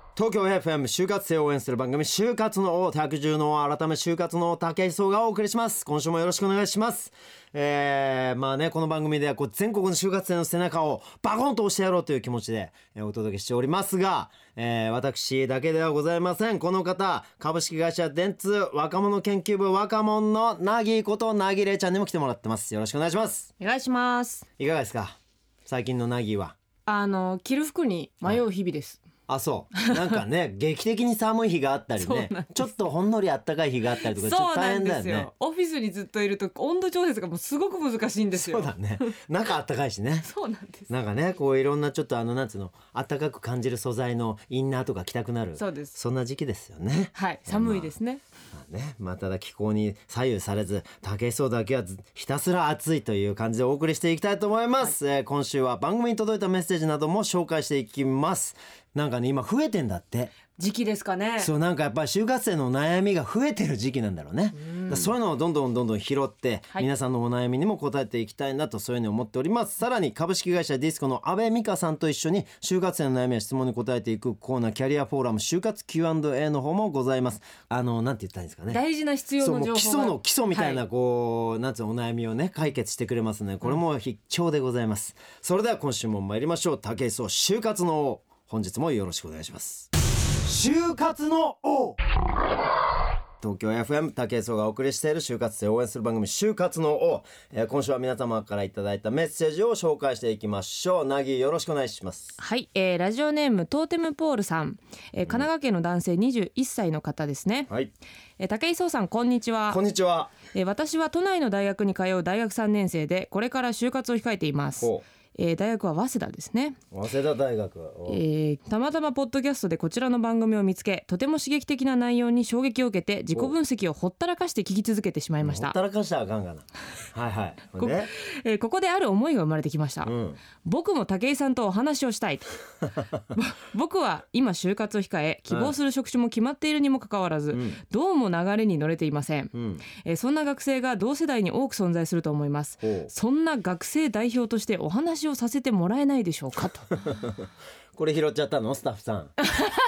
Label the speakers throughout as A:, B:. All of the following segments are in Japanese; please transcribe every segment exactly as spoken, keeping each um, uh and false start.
A: 東京 エフエム 就活生を応援する番組就活の王百獣の王改め就活の王武井壮がお送りします。今週もよろしくお願いします。えー、まあねこの番組ではこう全国の就活生の背中をバコンと押してやろうという気持ちでお届けしておりますが、えー、私だけではございません。この方、株式会社電通若者研究部若者のなぎことなぎれいちゃんにも来てもらってます。よろしくお願いします。
B: お願いします。
A: いかがですか最近のなぎは。
B: あの着る服に迷う日々です。
A: あ、そうなんかね劇的に寒い日があったりねちょっとほんのり暖かい日があったりとかちょっと大変だよね。
B: そうなんですよ。オフィスにずっといると温度調節がもうすごく難しいんですよ。
A: そうだね中暖かいしね
B: そうなんです。
A: なんかねこういろんなちょっとあのなんつうの暖かく感じる素材のインナーとか着たくなる。
B: そうです。
A: そんな時期ですよね。
B: はい、寒いですね。
A: まあね、まあ、ただ気候に左右されず武井壮だけはひたすら暑いという感じでお送りしていきたいと思います、はい。えー、今週は番組に届いたメッセージなども紹介していきます。なんかね今増えてんだって
B: 時期ですかね。
A: そうなんかやっぱり就活生の悩みが増えてる時期なんだろうね。うそういうのをどんどんどんどん拾って、はい、皆さんのお悩みにも答えていきたいなとそういうふうに思っております。さらに株式会社ディスコの阿部美香さんと一緒に就活生の悩みや質問に答えていくコーナーキャリアフォーラム就活 キューアンドエー の方もございます。あのなんて言ったらいいんですかね、
B: 大事な必要の情報が
A: 基礎の基礎みたいな、
B: はい、
A: こうなんつうのお悩みをね解決してくれますのでこれも必聴でございます、うん、それでは今週も参りましょう。武井壮就活の王、本日もよろしくお願いします。就活の王、東京 エフエム 武井壮がお送りしている就活生を応援する番組就活の王、えー、今週は皆様からいただいたメッセージを紹介していきましょう。なぎよろしくお願いします。
B: はい、えー、ラジオネームトーテムポールさん、えー、神奈川県の男性にじゅういっさいの方ですね、
A: はい。
B: えー、武井壮さんこんにちは。
A: こんにちは。
B: えー、私は都内の大学に通う大学さんねん生でこれから就活を控えています。えー、大学は早稲田ですね。
A: 早稲田大学、
B: えー、たまたまポッドキャストでこちらの番組を見つけとても刺激的な内容に衝撃を受けて自己分析をほったらかして聞き続けてしまいました。
A: ほったらかしたらあかんかなはいはい
B: こ, えー、ここである思いが生まれてきました、うん、僕も武井さんとお話をしたい僕は今就活を控え希望する職種も決まっているにもかかわらず、うん、どうも流れに乗れていません、うんえー、そんな学生が同世代に多く存在すると思います。そんな学生代表としてお話をさせてもらえないでしょうかと
A: これ拾っちゃったのスタッフさん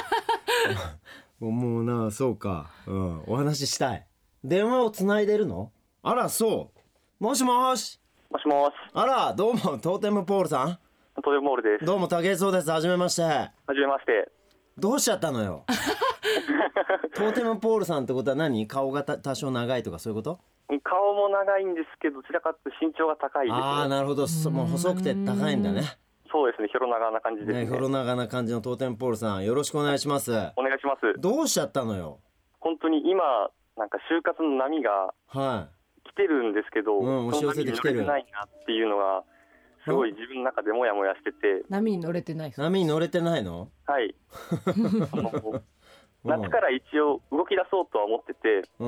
A: もうなそうか、うん、お話ししたい。電話をつないでるの？あらそうもしもし
C: もしもし。
A: あらどうもトーテムポールさん。
C: トーテムポールです。
A: どうも武井壮です。はじめまして。は
C: じめまして。
A: どうしちゃったのよトーテムポールさんってことは何？顔がた多少長いとかそういうこと？
C: 顔も長いんですけどどちらかというと身長が高いですね。
A: ああなるほど。もう細くて高いんだね。
C: そうですね。ひょろ長な感じですね。
A: ねひょろ長な感じのトーテムポールさんよろしくお願いします。
C: お願いします。
A: どうしちゃったのよ。
C: 本当に今なんか就活の波が来てるんですけど、はい、うん、押し寄せてきてる。その波に乗れてないなっていうのがすごい自分の中でモヤモヤしてて。
B: 波に乗れてない。
A: 波に乗れてないの？
C: はい夏から一応動き出そうとは思ってて、うん、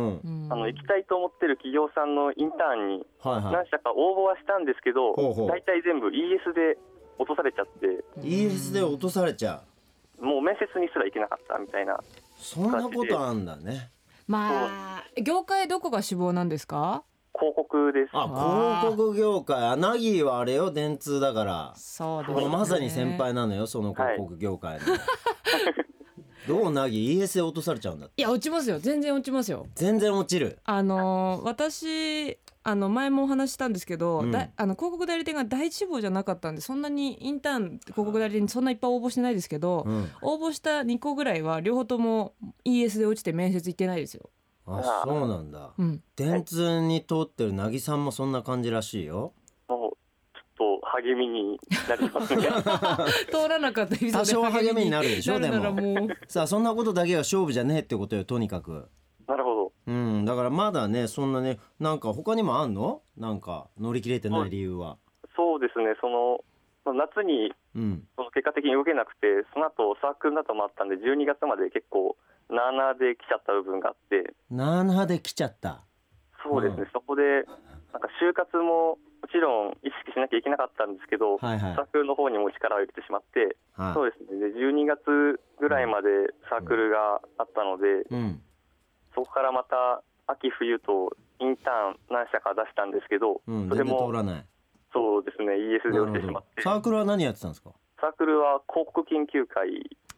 C: あの行きたいと思ってる企業さんのインターンに何社か応募はしたんですけど、はいはい、大体全部 イーエス で落とされちゃって。
A: イーエス で落とされちゃ
C: う。もう面接にすら行けなかったみたいな。
A: そんなことあんだね。
B: まあ業界どこが志望なんですか？
C: 広告です。
A: あ、広告業界。アナギーはあれよ電通だから。
B: そうですね。
A: まさに先輩なのよその広告業界の、はいどうなぎ イーエス で落とされちゃうんだって。
B: いや落ちますよ。全然落ちますよ。
A: 全然落ちる。
B: あのー、私あの前もお話したんですけど、うん、だあの広告代理店が第一志望じゃなかったんでそんなにインターン広告代理店にそんないっぱい応募してないですけど、うん、応募したにこぐらいは両方とも イーエス で落ちて面接行ってないですよ。
A: あ、そうなんだ、うん、電通に通ってるなぎさんもそんな感じらしいよ。
C: 励みになりますね
B: 通らなかった
A: 多少励みになるでしょ。でもさあそんなことだけが勝負じゃねえってことよとにかく。
C: なるほど、
A: うん、だからまだねそんなねなんか他にもあんの？なんか乗り切れてない理由は。
C: そうですね。その夏に、うん、その結果的に動けなくてその後サークルなどもあったんでじゅうにがつまで結構なあなあで来ちゃった部分があって。
A: なあなあで来ちゃった。
C: そうですね、うん、そこでなんか就活ももちろん意識しなきゃいけなかったんですけど、はいはい、サークルの方にも力を入れてしまって、はい、そうですね。でじゅうにがつぐらいまでサークルがあったので、うん、そこからまた秋冬とインターン何社か出したんですけど、
A: うん、それも全然通らない。
C: そうですね イーエス で落ちてしまって。
A: サークルは何やってたんですか？
C: サークルは広告研究会。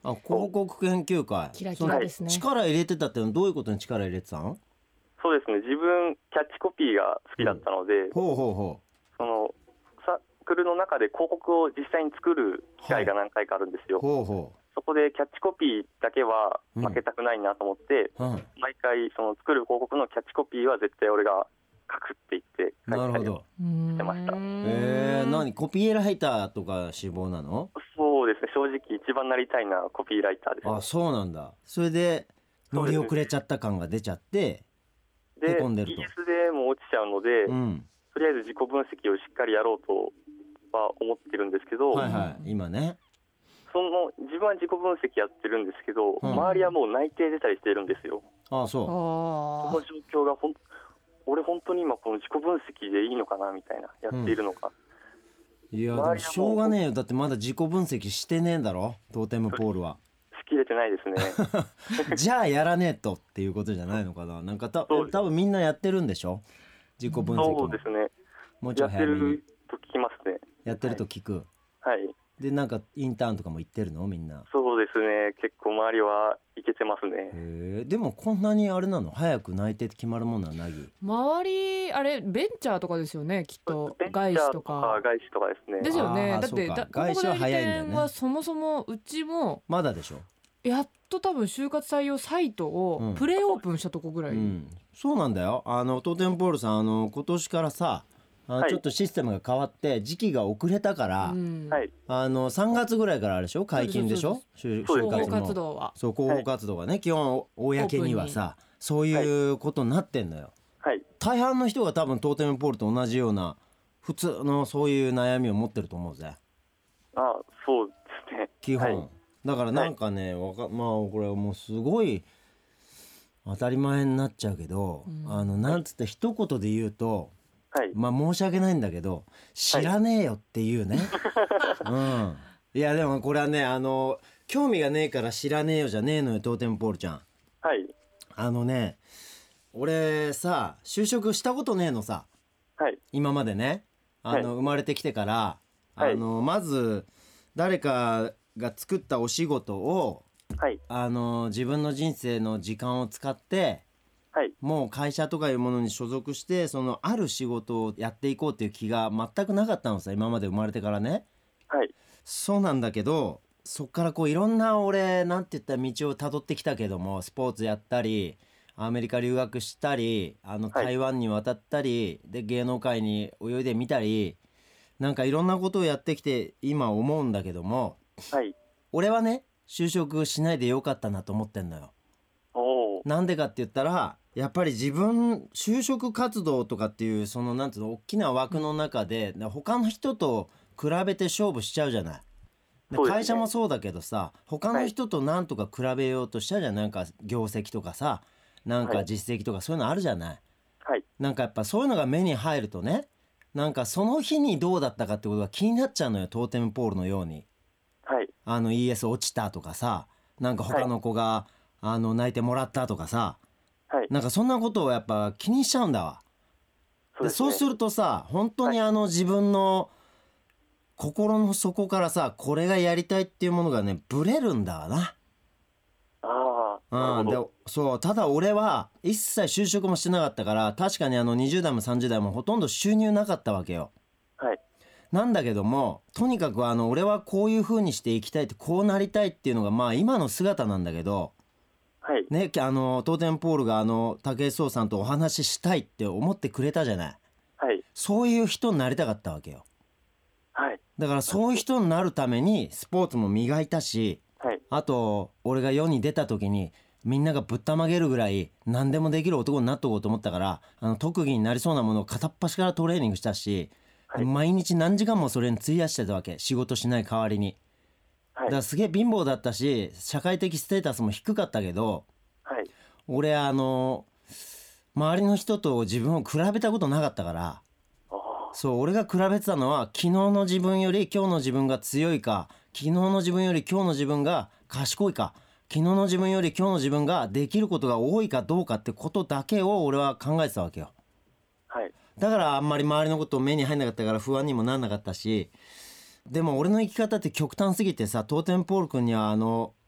A: あ、広告研究会。
B: キラキラですね。
A: 力入れてたってのはどういうことに力入れてたの？
C: そうですね、自分キャッチコピーが好きだったので、うん、
A: ほうほうほう、
C: そのサークルの中で広告を実際に作る機会が何回かあるんですよ、
A: はい、ほうほう。
C: そこでキャッチコピーだけは負けたくないなと思って、うんうん、毎回その作る広告のキャッチコピーは絶対俺が書くって言って書いたりしてました。
A: えー、何コピーライターとか志望なの？
C: そうですね、正直一番なりたいなコピーライターです、ね、
A: あ、そうなんだ。それで乗り遅れちゃった感が出ちゃって
C: で イーエス でも落ちちゃうので、うん、とりあえず自己分析をしっかりやろうとは思ってるんですけど、
A: はいはい、今ね
C: その自分は自己分析やってるんですけど、うん、周りはもう内定出たりしているんですよ。
A: ああ、そう。
C: その状況がほん俺本当に今この自己分析でいいのかなみたいな、やっているのか、
A: うん、いやでもしょうがねえよ。だってまだ自己分析してねえんだろ、トーテムポールは。
C: しきれてないです
A: ねじゃあやらねえとっていうことじゃないのかな。なんかた多分みんなやってるんでしょ、自己分析も。
C: そうですね、
A: もうちょい早めに
C: やってると聞きますね。
A: やってると聞く。
C: はい、
A: でなんかインターンとかも行ってるのみんな？
C: そうですね、結構周りはいけてますね。
A: へでもこんなにあれなの、早く内定って決まるもんなの？なぎ
B: 周りあれベンチャーとかですよね、きっと。外資とか
C: 外資とかですね。
B: ですよね。だって
A: だ外資は早いんだよね。
B: はそもそもうちも
A: まだでしょ。
B: やっと多分就活採用サイトをプレイオープンしたとこぐらい、うんうん、
A: そうなんだよ。あのトーテムポールさん、あの今年からさあの、はい、ちょっとシステムが変わって時期が遅れたから、うん、あのさんがつぐらいからあれでしょ、解禁でしょ、就活の
B: 広報活動は。
A: そう、広報活動がね、はい、基本公にはさそういうことになってんのよ、はい、大半の人が多分トーテムポールと同じような普通のそういう悩みを持ってると思うぜ。
C: あ、そうですね、
A: 基本、はい、だからなんかね、わかまあこれはもうすごい当たり前になっちゃうけど、うん、あのなんつって一言で言うと、はい、まあ申し訳ないんだけど知らねえよっていうね、はい、うん、いやでもこれはね、あの興味がねえから知らねえよじゃねえのよ、トーテムポールちゃん。
C: はい。
A: あのね、俺さ就職したことねえのさ、はい、今までね、あの、はい、生まれてきてから、はい、あのまず誰かが作ったお仕事を、はい、あの自分の人生の時間を使って、はい、もう会社とかいうものに所属してそのある仕事をやっていこうっていう気が全くなかったのさ、今まで生まれてからね。はい。そうなんだけど、そっからこういろんな俺なんて言ったら道をたどってきたけども、スポーツやったりアメリカ留学したり、あの台湾に渡ったり、はい、で芸能界に泳いでみたり、なんかいろんなことをやってきて今思うんだけども、はい、俺はね就職しないでよかったなと思ってんのよ。おなんでかって言ったら、やっぱり自分就職活動とかっていうそのなんていうの大きな枠の中で他の人と比べて勝負しちゃうじゃない。で会社もそうだけどさ、他の人となんとか比べようとしちゃうじゃん、なんか業績とかさ、なんか実績とかそういうのあるじゃない、はい、なんかやっぱそういうのが目に入るとね、なんかその日にどうだったかってことが気になっちゃうのよ、トーテムポールのように、はい、あの イーエス 落ちたとかさ、なんか他の子が、はい、あの泣いてもらったとかさ、はい、なんかそんなことをやっぱ気にしちゃうんだわ。そうですね。でそうするとさ、本当にあの自分の心の底からさ、これがやりたいっていうものがねブレるんだわな。ああ、うん、でそうただ俺は一切就職もしてなかったから、確かにあのにじゅう代もさんじゅう代もほとんど収入なかったわけよ。はい。なんだけども、とにかくあの俺はこういう風にしていきたいって、こうなりたいっていうのがまあ今の姿なんだけど、はい。ね、あのトーテムポールがあの武井壮さんとお話ししたいって思ってくれたじゃない。はい。そういう人になりたかったわけよ。はい。だからそういう人になるためにスポーツも磨いたし、はい、あと俺が世に出た時にみんながぶったまげるぐらい何でもできる男になっとこうと思ったから、あの特技になりそうなものを片っ端からトレーニングしたし、はい、毎日何時間もそれに費やしてたわけ、仕事しない代わりに、はい、だからすげえ貧乏だったし社会的ステータスも低かったけど、はい、俺あの周りの人と自分を比べたことなかったから、そう俺が比べてたのは昨日の自分より今日の自分が強いか、昨日の自分より今日の自分が賢いか、昨日の自分より今日の自分ができることが多いかどうかってことだけを俺は考えてたわけよ。はい。だからあんまり周りのことを目に入んなかったから不安にもなんなかったし、でも俺の生き方って極端すぎてさ、トーテムポール君にはあの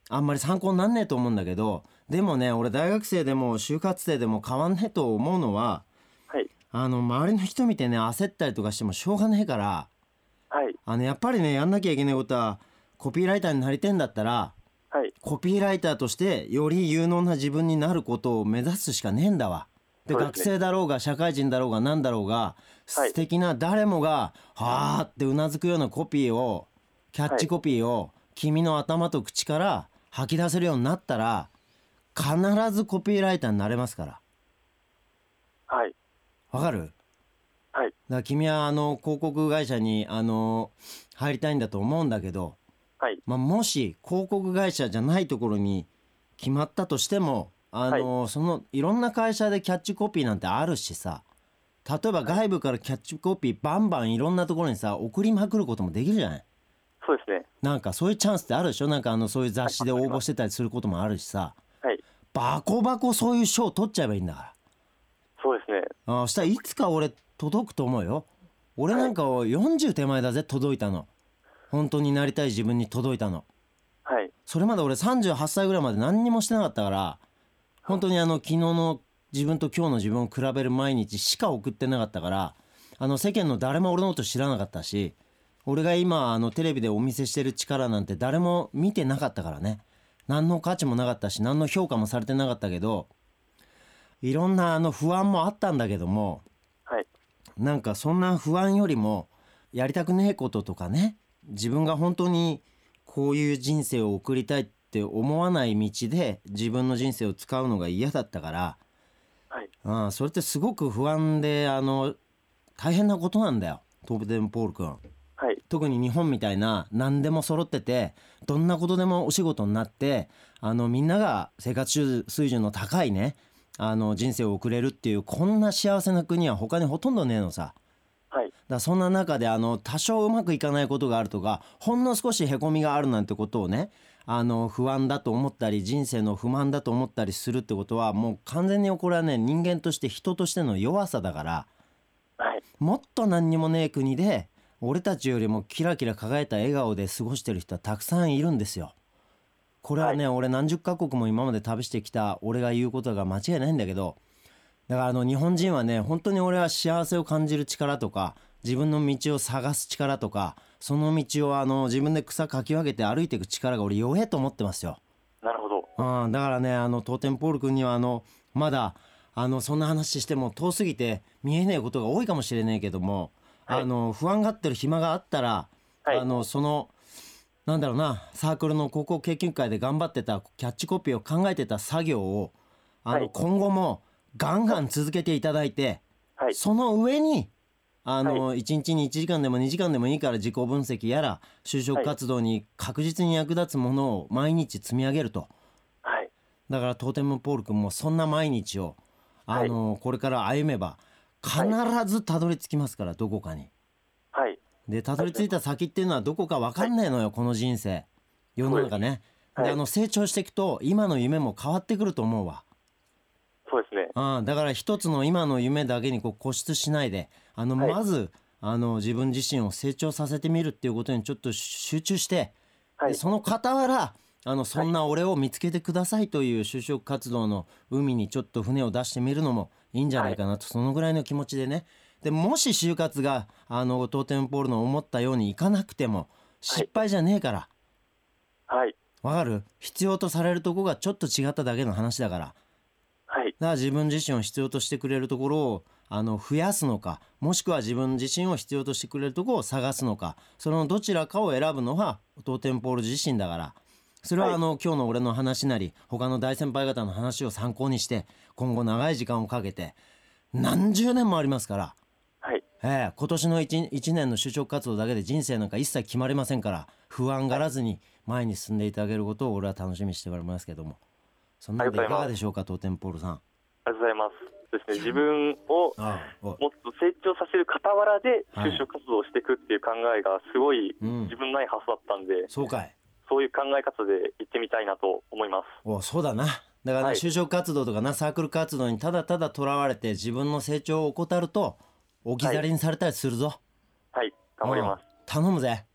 A: あんまり参考になんねえと思うんだけど、でもね俺大学生でも就活生でも変わんねえと思うのは、
C: はい、
A: あの周りの人見てね焦ったりとかしてもしょうがねえから、
C: はい、
A: あのやっぱりねやんなきゃいけないことはコピーライターになりてんだったら、
C: はい、
A: コピーライターとしてより有能な自分になることを目指すしかねえんだわ。で、
C: ね、
A: 学生だろうが社会人だろうが何だろうが、はい、素敵な誰もがはーってうなずくようなコピーをキャッチコピーを君の頭と口から吐き出せるようになったら必ずコピーライターになれますから。
C: はい。
A: わかる？
C: はい。
A: だから君はあの広告会社にあの入りたいんだと思うんだけど、
C: はい、
A: まあ、もし広告会社じゃないところに決まったとしてもあの、はい、そのいろんな会社でキャッチコピーなんてあるしさ、例えば外部からキャッチコピーバンバンいろんなところにさ送りまくることもできるじゃない。
C: そうですね。
A: なんかそういうチャンスってあるでしょ。なんかあのそういう雑誌で応募してたりすることもあるしさ、
C: はい、
A: バコバコそういう賞取っちゃえばいいんだから。
C: そうですね。
A: ああしたらいつか俺届くと思うよ。俺なんかよんじゅう手前だぜ届いたの。本当になりたい自分に届いたの。
C: はい。
A: それまで俺さんじゅうはっさいぐらいまで何にもしてなかったから、本当にあの昨日の自分と今日の自分を比べる毎日しか送ってなかったから、あの世間の誰も俺のこと知らなかったし、俺が今あのテレビでお見せしてる力なんて誰も見てなかったからね。何の価値もなかったし何の評価もされてなかったけど、いろんなあの不安もあったんだけども、
C: はい、
A: なんかそんな不安よりもやりたくねえこととかね、自分が本当にこういう人生を送りたいって思わない道で自分の人生を使うのが嫌だったから、
C: はい、
A: ああそれってすごく不安であの大変なことなんだよトーテンポール君、
C: はい、
A: 特に日本みたいな何でも揃っててどんなことでもお仕事になってあのみんなが生活水準の高いねあの人生を送れるっていうこんな幸せな国は他にほとんどねえのさ。
C: はい、
A: だからそんな中であの多少うまくいかないことがあるとかほんの少しへこみがあるなんてことをねあの不安だと思ったり人生の不満だと思ったりするってことはもう完全にこれはね人間として人としての弱さだから、
C: はい、
A: もっと何にもねえ国で俺たちよりもキラキラ輝いた笑顔で過ごしてる人はたくさんいるんですよ。これはね、はい、俺何十カ国も今まで旅してきた俺が言うことが間違いないんだけど、だからあの日本人はね本当に俺は幸せを感じる力とか自分の道を探す力とかその道をあの自分で草かき分けて歩いていく力が俺弱えと思ってますよ。
C: なるほど。
A: うん、だからねあのトーテンポール君にはあのまだあのそんな話しても遠すぎて見えないことが多いかもしれないけども、はい、あの不安がってる暇があったら、はい、あのそのなんだろうなサークルの高校研究会で頑張ってたキャッチコピーを考えてた作業をあの、はい、今後もガンガン続けていただいて、はい、その上にあの、はい、いちにちにいちじかんでもにじかんでもいいから自己分析やら就職活動に確実に役立つものを毎日積み上げると、はい、だからトーテムポール君もそんな毎日をあの、はい、これから歩めば必ずたどり着きますからどこかに、はい、でたどり着いた先っていうのはどこか分かんないのよ、はい、この人生世の中ね、はい、であの成長していくと今の夢も変わってくると思うわ。
C: そうですね。
A: ああだから一つの今の夢だけにこう固執しないであの、はい、まずあの自分自身を成長させてみるっていうことにちょっと集中して、はい、でその傍らあのそんな俺を見つけてくださいという就職活動の海にちょっと船を出してみるのもいいんじゃないかなと、はい、そのぐらいの気持ちでね。でもし就活があのトーテンポールの思ったようにいかなくても失敗じゃねえから
C: はい
A: わかる？必要とされるとこがちょっと違っただけの話だから
C: はい、
A: だから自分自身を必要としてくれるところをあの増やすのかもしくは自分自身を必要としてくれるところを探すのかそのどちらかを選ぶのはトーテンポール自身だからそれはあの、はい、今日の俺の話なり他の大先輩方の話を参考にして今後長い時間をかけて何十年もありますから、はいえー、今年の 1, 1年の就職活動だけで人生なんか一切決まりませんから不安がらずに前に進んでいただけることを俺は楽しみにしておりますけどもそんなのでいかがでしょうかトーテンポールさん。
C: ありがとうございます。ですね、自分をもっと成長させる傍らで就職活動をしていくっていう考えがすごい自分のない発想だったんで、うん、
A: そうかい
C: そういう考え方で行ってみたいなと思います。
A: おそうだなだから、ねはい、就職活動とかなサークル活動にただただとらわれて自分の成長を怠ると置き去りにされたりするぞ。
C: はい、はい、頑張ります。
A: 頼むぜ。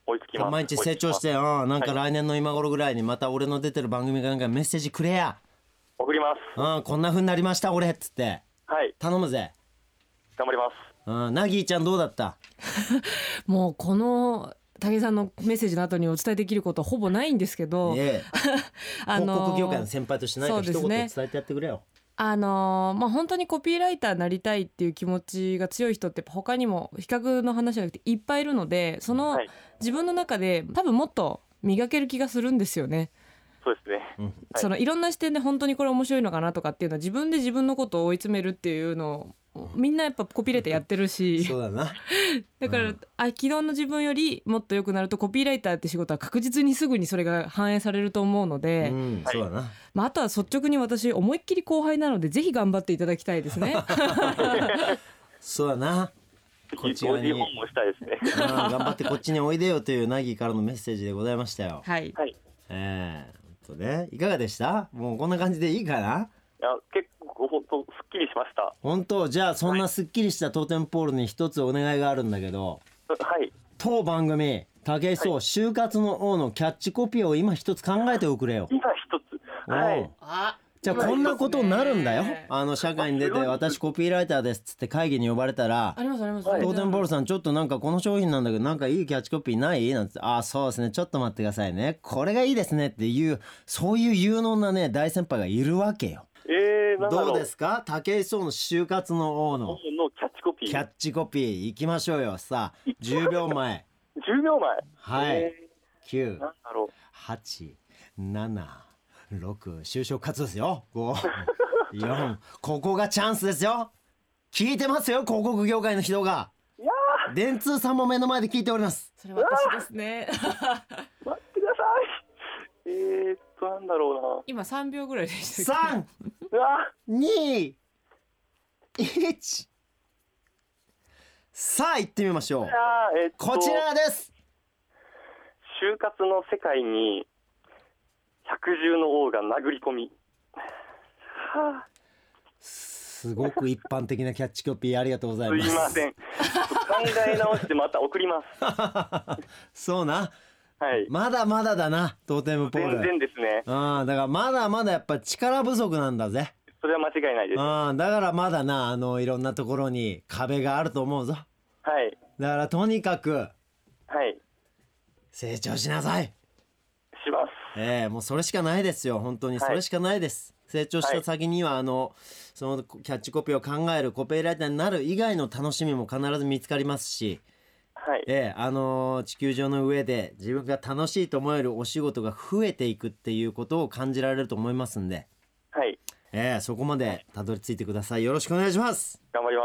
C: 追いつきます。
A: 毎日成長して、うん、なんか来年の今頃ぐらいにまた俺の出てる番組がなんかメッセージくれや。
C: 送ります。
A: うん、こんな風になりました俺っつって。
C: はい。
A: 頼むぜ。
C: 頑張ります。
A: うん、ナギーちゃんどうだった？
B: もうこの武井さんのメッセージの後にお伝えできることはほぼないんですけど、
A: ええ、あのー、広告業界の先輩として何か一言伝えてやってくれよ。
B: あのーまあ、本当にコピーライターになりたいっていう気持ちが強い人って他にも比較の話じゃなくていっぱいいるので、その自分の中で多分もっと磨ける気がするんですよね。
C: そうですね、
B: うん、はい、そのいろんな視点で本当にこれ面白いのかなとかっていうのは自分で自分のことを追い詰めるっていうのをみんなやっぱコピーライターやってるし
A: そうだな。
B: だから、うん、あ昨日の自分よりもっと良くなるとコピーライターって仕事は確実にすぐにそれが反映されると思うので、うん、そうだな。まあ、あとは率直に私思いっきり後輩なのでぜひ頑張っていただきたいですね
A: そうだな。こっち側に、
C: もしたいですね
A: 頑張ってこっちにおいでよというナギーからのメッセージでございましたよ。
B: はい、
A: えー、とね、いかがでした？もうこんな感じでいいかな？
C: いや結構本当すっきりしました。
A: 本当？じゃあそんなすっきりしたトーテンポールに一つお願いがあるんだけど、
C: はい、
A: 当番組武井壮、はい、就活の王のキャッチコピーを今一つ考えておくれよ。
C: 今一つ、はい、
A: あじゃあこんなことになるんだよ。あの社会に出て私コピーライターですっつって会議に呼ばれたら、
B: ありますあります、
A: トーテンポールさんちょっとなんかこの商品なんだけどなんかいいキャッチコピーないなんて、あそうですねちょっと待ってくださいねこれがいいですねっていうそういう有能なね大先輩がいるわけよ。
C: えー、
A: どうですか武井壮の就活の王の
C: キャッチコピー。
A: キャッチコピーいきましょうよ。さあじゅうびょうまえ
C: じゅうびょうまえ
A: はい、えー、きゅう、
C: なんだろう、
A: はち、なな、ろく就職活動ですよ。ご、よんここがチャンスですよ。聞いてますよ広告業界の人が。
C: いや
A: 電通さんも目の前で聞いております。
B: それ私ですね
C: 待ってください。えーっとなんだろうな。
B: 今さんびょうぐらいでした。
A: さん、に、いちさあ行ってみましょう。
C: えー、
A: こちらです。
C: 就活の世界に百獣の王が殴り込み、はあ、
A: すごく一般的なキャッチコピーありがとうございます。
C: すいません考え直してまた送ります
A: そうな、
C: はい、
A: まだまだだなトーテムポール。
C: 全然ですね。
A: あだからまだまだやっぱ力不足なんだぜ。
C: それは間違いないです。
A: あだからまだなあのいろんなところに壁があると思うぞ。
C: はい。
A: だからとにかく
C: はい
A: 成長しなさい。
C: します。
A: えー、もうそれしかないですよ本当にそれしかないです、はい、成長した先には、はい、あのそのキャッチコピーを考えるコピーライターになる以外の楽しみも必ず見つかりますし、
C: はい
A: えー、あの地球上の上で自分が楽しいと思えるお仕事が増えていくっていうことを感じられると思いますんで、
C: はい
A: えー、そこまでたどり着いてください。よろしくお願いします。
C: 頑張ります。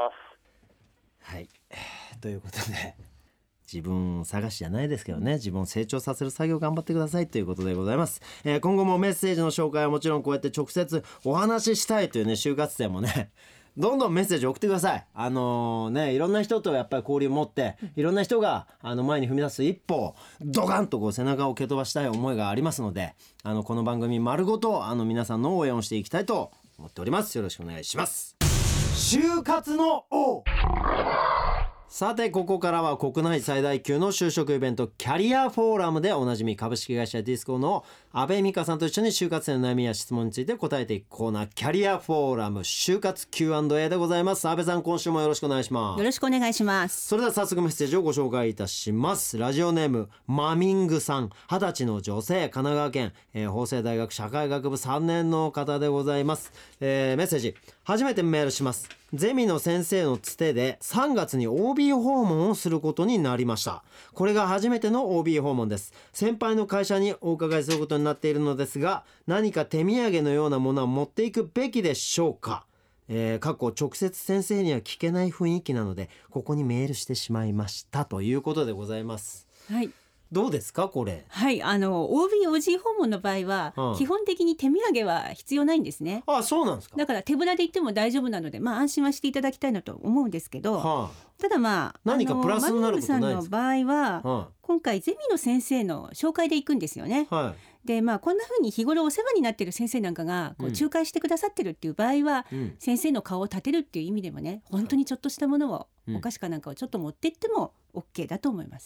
A: はい、ということで自分探しじゃないですけどね自分を成長させる作業頑張ってくださいということでございます、えー、今後もメッセージの紹介はもちろんこうやって直接お話ししたいというね就活生もねどんどんメッセージ送ってください。あのー、ねいろんな人とやっぱり交流を持っていろんな人があの前に踏み出す一歩をドカンとこう背中を蹴飛ばしたい思いがありますのであのこの番組丸ごとあの皆さんの応援をしていきたいと思っております。よろしくお願いします。就活の王。さてここからは国内最大級の就職イベントキャリアフォーラムでおなじみ株式会社ディスコの阿部美香さんと一緒に就活生の悩みや質問について答えていくコーナーキャリアフォーラム就活 キューアンドエー でございます。阿部さん今週もよろしくお願いします。
D: よろしくお願いします。
A: それでは早速メッセージをご紹介いたします。ラジオネームマミングさんはたちの女性神奈川県、えー、法政大学社会学部さんねんの方でございます、えー、メッセージ初めてメールします。ゼミの先生のつてでさんがつに オービー 訪問をすることになりました。これが初めての オービー 訪問です。先輩の会社にお伺いすることになっているのですが何か手土産のようなものは持っていくべきでしょうか。えー、過去直接先生には聞けない雰囲気なのでここにメールしてしまいましたということでございます。
D: はい、
A: どうですかこれ。
D: はい、あの オービー オージー 訪問の場合は、うん、基本的に手土産は必要ないんですね。
A: ああそうなんですか。
D: だから手ぶらで行っても大丈夫なので、まあ、安心はしていただきたいなと思うんですけど、はあ、ただまあ
A: 何かプラスになることないですか。マミ
D: ルさんの場合は、はあ、今回ゼミの先生の紹介で行くんですよね。はい、でまあ、こんな風に日頃お世話になっている先生なんかがこう仲介してくださってるっていう場合は、うん、先生の顔を立てるっていう意味でもね本当にちょっとしたものを、うん、お菓子かなんかをちょっと持って行っても OK だと思います。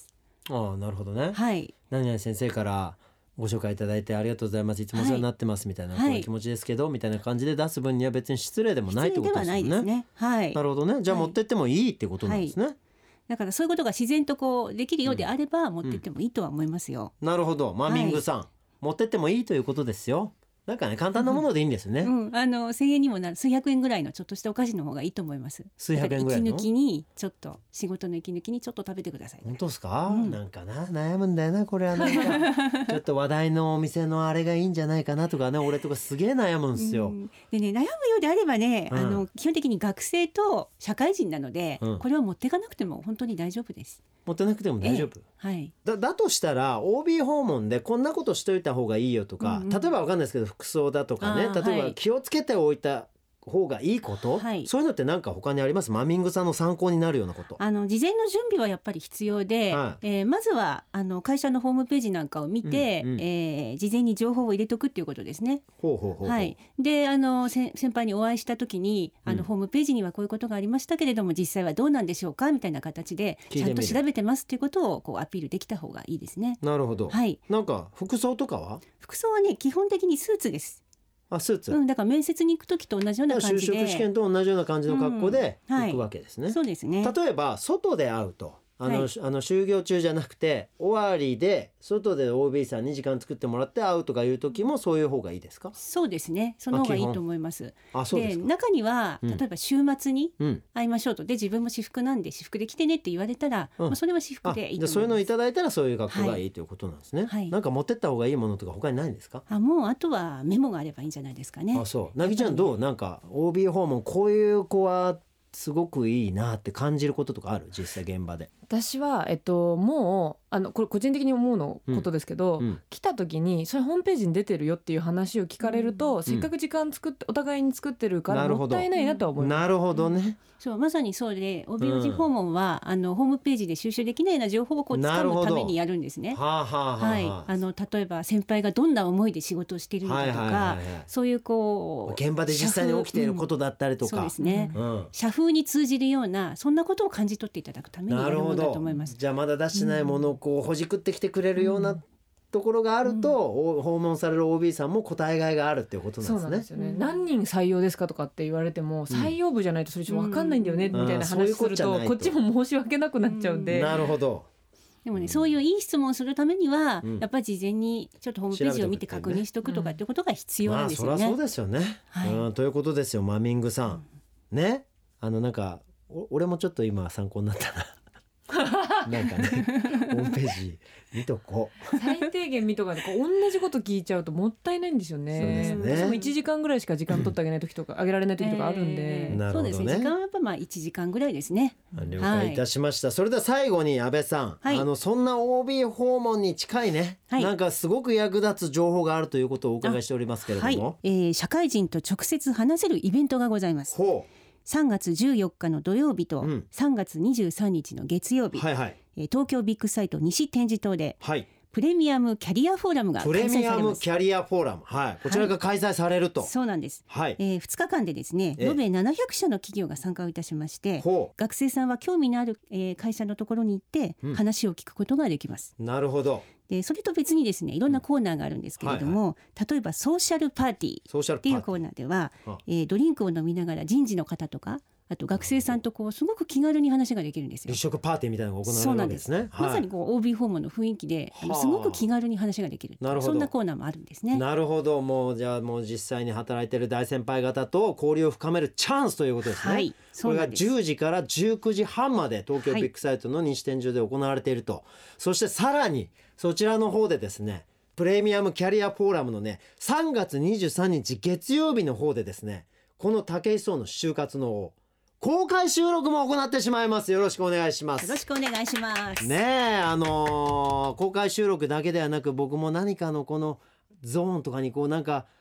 A: ああ、なるほどね。
D: はい、
A: 何々先生からご紹介いただいてありがとうございます、いつもお世話になってますみたいな、はい、こういう気持ちですけどみたいな感じで出す分には別に失礼でもないってことですよね。
D: 失礼ではないですね。はい、
A: なるほどね。じゃあ持ってってもいいってことなんですね。はい、
D: だからそういうことが自然とこうできるようであれば持ってってもいいとは思いますよ。
A: うんうん、なるほど。まあ、ミングさん、はい、持ってってもいいということですよ。なんかね、簡単なものでいいんですね。
D: うんうん、あのせんえんにもなる数百円ぐらいのちょっとしたお菓子の方がいいと思います。
A: 数百円ぐらいの
D: 息抜きにちょっと仕事の息抜きにちょっと食べてください。
A: 本当ですか、うん、なんかな悩むんだよなこれは。なんかちょっと話題のお店のあれがいいんじゃないかなとかね、俺とかすげえ悩むんですよ。うん、
D: でね、悩むようであればね、うん、あの基本的に学生と社会人なので、うん、これは持っていかなくても本当に大丈夫です。
A: 持ってなくても大丈夫、
D: ええ、はい、
A: だ, だとしたら オービー 訪問でこんなことしといた方がいいよとか、うんうん、例えば分かんないですけど服装だとかね、例えば気をつけておいた方がいいこと、はい、そういうのって何か他にあります？マミングさんの参考になるようなこと。
D: あの事前の準備はやっぱり必要で、はい、えー、まずはあの会社のホームページなんかを見て、うんうん、えー、事前に情報を入れとくっていうことですね。
A: ほうほうほうほう、
D: はい、であの先輩にお会いした時にあの、うん、ホームページにはこういうことがありましたけれども実際はどうなんでしょうかみたいな形でちゃんと調べてますっていうことをこうアピールできた方がいいですね。
A: なるほど、
D: はい、
A: なんか服装とかは？
D: 服装はね基本的にスーツです。
A: あ、スーツ、
D: うん、だから面接に行く時と同じような感じで
A: 就職試験と同じような感じの格好で行くわけですね。
D: うん、はい、そうですね。
A: 例えば外で会うとあの、はい、あの就業中じゃなくて終わりで外で オービー さんに時間作ってもらって会うとかいう時もそういう方がいいですか？
D: そうですね、その方がいいと思います。
A: あ、そうですか。
D: で中には、うん、例えば週末に
A: 会
D: いましょうと、で自分も私服なんで私服で来てねって言われたら、うん、まあ、それは私服でいいと思います。
A: そういうのをいただいたらそういう格好がいいということなんですね。
D: はい、
A: なんか持ってった方がいいものとか他にないんですか？
D: あ、もうあとはメモがあればいいんじゃないですかね。
A: あ、そう。なぎちゃんどう？なんか オービー 訪問こういう子はすごくいいなって感じることとかある？実際現場で。
B: 私は、えっと、もうあのこれ個人的に思うのことですけど、うんうん、来た時にそれホームページに出てるよっていう話を聞かれると、うん、せっかく時間作ってお互いに作ってるからもったいないなとは思います。
A: なるほどね、うん、
D: そうまさにそうで オービーオージー 訪問は、うん、あのホームページで収集できないような情報をこう掴むためにやるんですね。
A: はあはあはあ、
D: はい、あの例えば先輩がどんな思いで仕事をしているのかとか、はいはいはいはい、そういうこ
A: う現場で実際に起きていることだったりとか、
D: うん、そうですね、うん、社風に通じるようなそんなことを感じ取っていただくためにやるものだと思います。
A: じゃあまだ出してないものをこうほじくってきてくれるような、うん、ところがあると、うん、訪問される オービー さんも答えがいがあるっていうことなんですね。
B: そうなんですよね、うん、何人採用ですかとかって言われても、うん、採用部じゃないとそれちょっと分かんないんだよね、うん、みたいな話すると、うん、こっちも申し訳なくなっちゃうんで、
A: うん、なるほど。
D: でもね、そういういい質問をするためには、うん、やっぱり事前にちょっとホームページを見て確認しておくとかっていうことが必要なんですよね。
A: まあ、そりゃそうですよね、はい、うん、ということですよ。マミングさん、うん、ね、あのなんか俺もちょっと今参考になったななんかねホームページ見とこう
B: 最低限見とかでこう同じこと聞いちゃうともったいないんですよね。
A: そうですね。
B: 私もいちじかんぐらいしか時間取ってあげない時とか、うん、あげられない時とかあるんで、
A: えー、なるほどね。
D: そうですね、時間はやっぱまあいちじかんぐらいですね。
A: 了解いたしました、はい、それでは最後に安倍さん、はい、あのそんな オービー 訪問に近いね、はい、なんかすごく役立つ情報があるということをお伺いしておりますけれども、
D: はい、えー、社会人と直接話せるイベントがございます。
A: ほう。
D: さんがつじゅうよっかの土曜日とさんがつにじゅうさんにちの月曜日、
A: はいはい、
D: 東京ビッグサイト西展示棟で、はい、プレミアムキャリアフォーラムが開催されます。
A: プレミアムキャリアフォーラム、はい、こちらが開催されると、はい、
D: そうなんです、はい、えー、ふつかかんでですね、
A: え
D: 延べななひゃくしゃの企業が参加をいたしまして、学生さんは興味のある、えー、会社のところに行って話を聞くことができます、
A: うん、なるほど。
D: でそれと別にですね、いろんなコーナーがあるんですけれども、うん、はいはい、例えばソーシャルパーティーっていうコーナーでは、えー、ドリンクを飲みながら人事の方とかあと学生さんとこうすごく気軽に話ができるんですよ。
A: 立食パーティーみたいなのが行われるわけですね。
D: そうなんです、はい、まさにこう オービー 訪問の雰囲気で、あのすごく気軽に話ができる、そんなコーナーもあるんですね。
A: なるほど。もうじゃあもう実際に働いている大先輩方と交流を深めるチャンスということですね。はい、そうなんです。これがじゅうじからじゅうくじはんまで東京ビッグサイトの西展示場で行われていると、はい、そしてさらにそちらの方でですね、プレミアムキャリアフォーラムのねさんがつにじゅうさんにち月曜日の方でですね、この武井壮の就活の王公開収録も行ってしまいます。よろしくお願いします。
D: よろしくお願いします
A: ねえ、あのー、公開収録だけではなく僕も何かのこのゾーンとかにこうなんか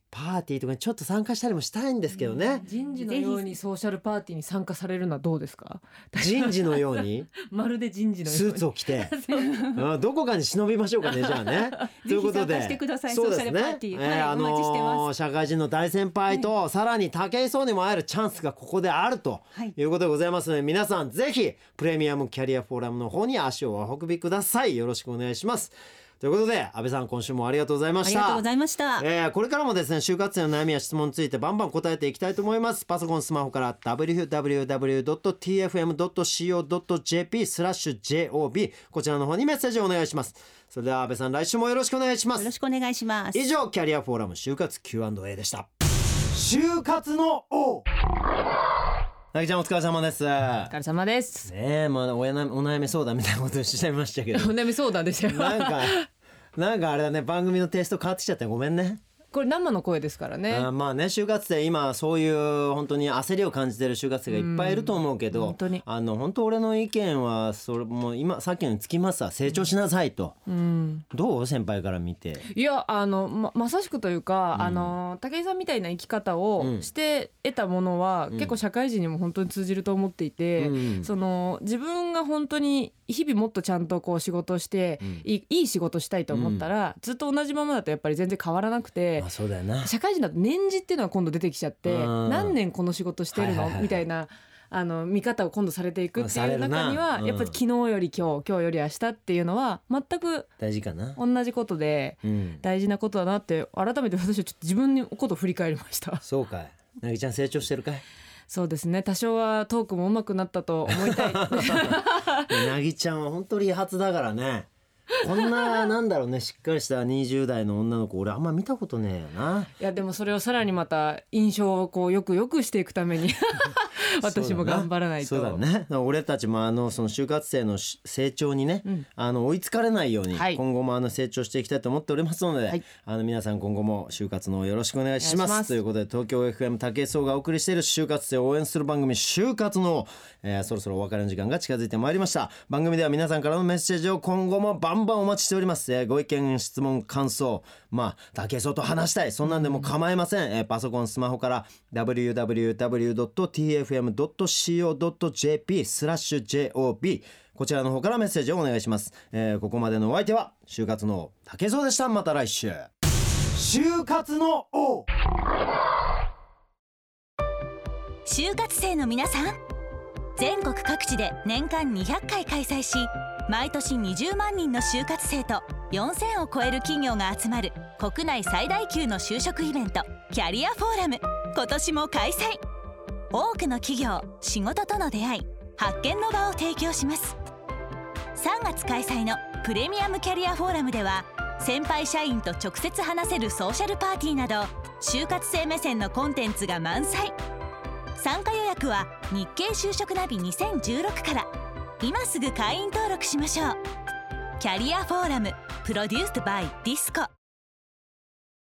A: パーティーとかにちょっと参加したりもしたいんですけどね、
B: うん、人事のようにソーシャルパーティーに参加されるのはどうですか？
A: 人事のように
B: まるで人事のように
A: スーツを着てうんどこかに忍びましょうかねじゃあねということで
D: してください、そうですね、ソーシャルパーティー、はい、
A: あのー、
D: お待ちしてます。
A: 社会人の大先輩と、はい、さらに武井壮にも会えるチャンスがここであるということでございますので、はい、皆さんぜひプレミアムキャリアフォーラムの方に足をお運びください。よろしくお願いします。ということで安倍さん、今週もありがとうございました。
D: ありがとうございました。
A: えー、これからもですね、就活生の悩みや質問についてバンバン答えていきたいと思います。パソコンスマホから ダブリューダブリューダブリュードットティーエフエムドットシーオードットジェーピー スラッシュ ジェーオービー こちらの方にメッセージをお願いします。それでは安倍さん、来週もよろしくお願いします。
D: よろしくお願いします。
A: 以上、キャリアフォーラム就活 キューアンドエー でした。就活の王、なぎちゃん、お疲れ様です。お
B: 疲れ様です
A: ねえ、まあ、おやなお悩み相談みたいなことしちゃいましたけど
B: お悩み相談ですよ
A: なんかなんかあれだね、番組のテイスト変わってきちゃってごめんね。
B: これ生の声ですからね。
A: あまあね、就活生今そういう本当に焦りを感じてる就活生がいっぱいいると思うけど、
B: 本当に
A: あの本当俺の意見はそれもう今さっきのにつきますわ。成長しなさいと、うん、どう先輩から見て。
B: いやあの ま, まさしくというか、うん、あの武井さんみたいな生き方をして得たものは、うん、結構社会人にも本当に通じると思っていて、うん、その自分が本当に日々もっとちゃんとこう仕事して、うん、い, いい仕事したいと思ったら、うん、ずっと同じままだとやっぱり全然変わらなくて、
A: まあ、そうだよな。
B: 社会人だと年次っていうのが今度出てきちゃって、何年この仕事してるの、はいはいはい、みたいなあの見方を今度されていくっていう中には、うん、やっぱり昨日より今日今日より明日っていうのは全く
A: 大事かな、
B: 同じことで大事なことだなって改めて私はちょっと自分のことを振り返りました。
A: そうかい、なぎちゃん成長してるかい？
B: そうですね、多少はトークも上手くなったと思いたい
A: なぎちゃんは本当に理髪だからねこんななんだろうね、しっかりしたにじゅう代の女の子俺あんま見たことねえよな。
B: いやでもそれをさらにまた印象をこうよくよくしていくために私も頑張らないと。
A: そうだね、俺たちもあのその就活生の成長にね、うん、あの追いつかれないように、はい、今後もあの成長していきたいと思っておりますので、はい、あの皆さん今後も就活のよろしくお願いします。お願いします。ということで東京 エフエム 武井壮がお送りしている就活生を応援する番組就活の、えー、そろそろお別れの時間が近づいてまいりました。番組では皆さんからのメッセージを今後もバンバンお待ちしております。えー、ご意見質問感想、まあ武井壮と話したい、そんなんでも構いません。えー、パソコンスマホから ダブリューダブリューダブリュードットティーエフエムドットシーオードットジェーピー スラッシュ ジェーオービー こちらの方からメッセージをお願いします。えー、ここまでのお相手は就活の武井壮でした。また来週。就活の王、
E: 就活生の皆さん、全国各地で年間にひゃっかい開催し、毎年にじゅうまんにんの就活生とよんせんを超える企業が集まる国内最大級の就職イベント、キャリアフォーラム、今年も開催。多くの企業、仕事との出会い、発見の場を提供します。さんがつ開催のプレミアムキャリアフォーラムでは、先輩社員と直接話せるソーシャルパーティーなど、就活生目線のコンテンツが満載。参加予約は日経就職ナビにせんじゅうろくから。今すぐ会員登録しましょう。キャリアフォーラムプロデュースドバイディスコ。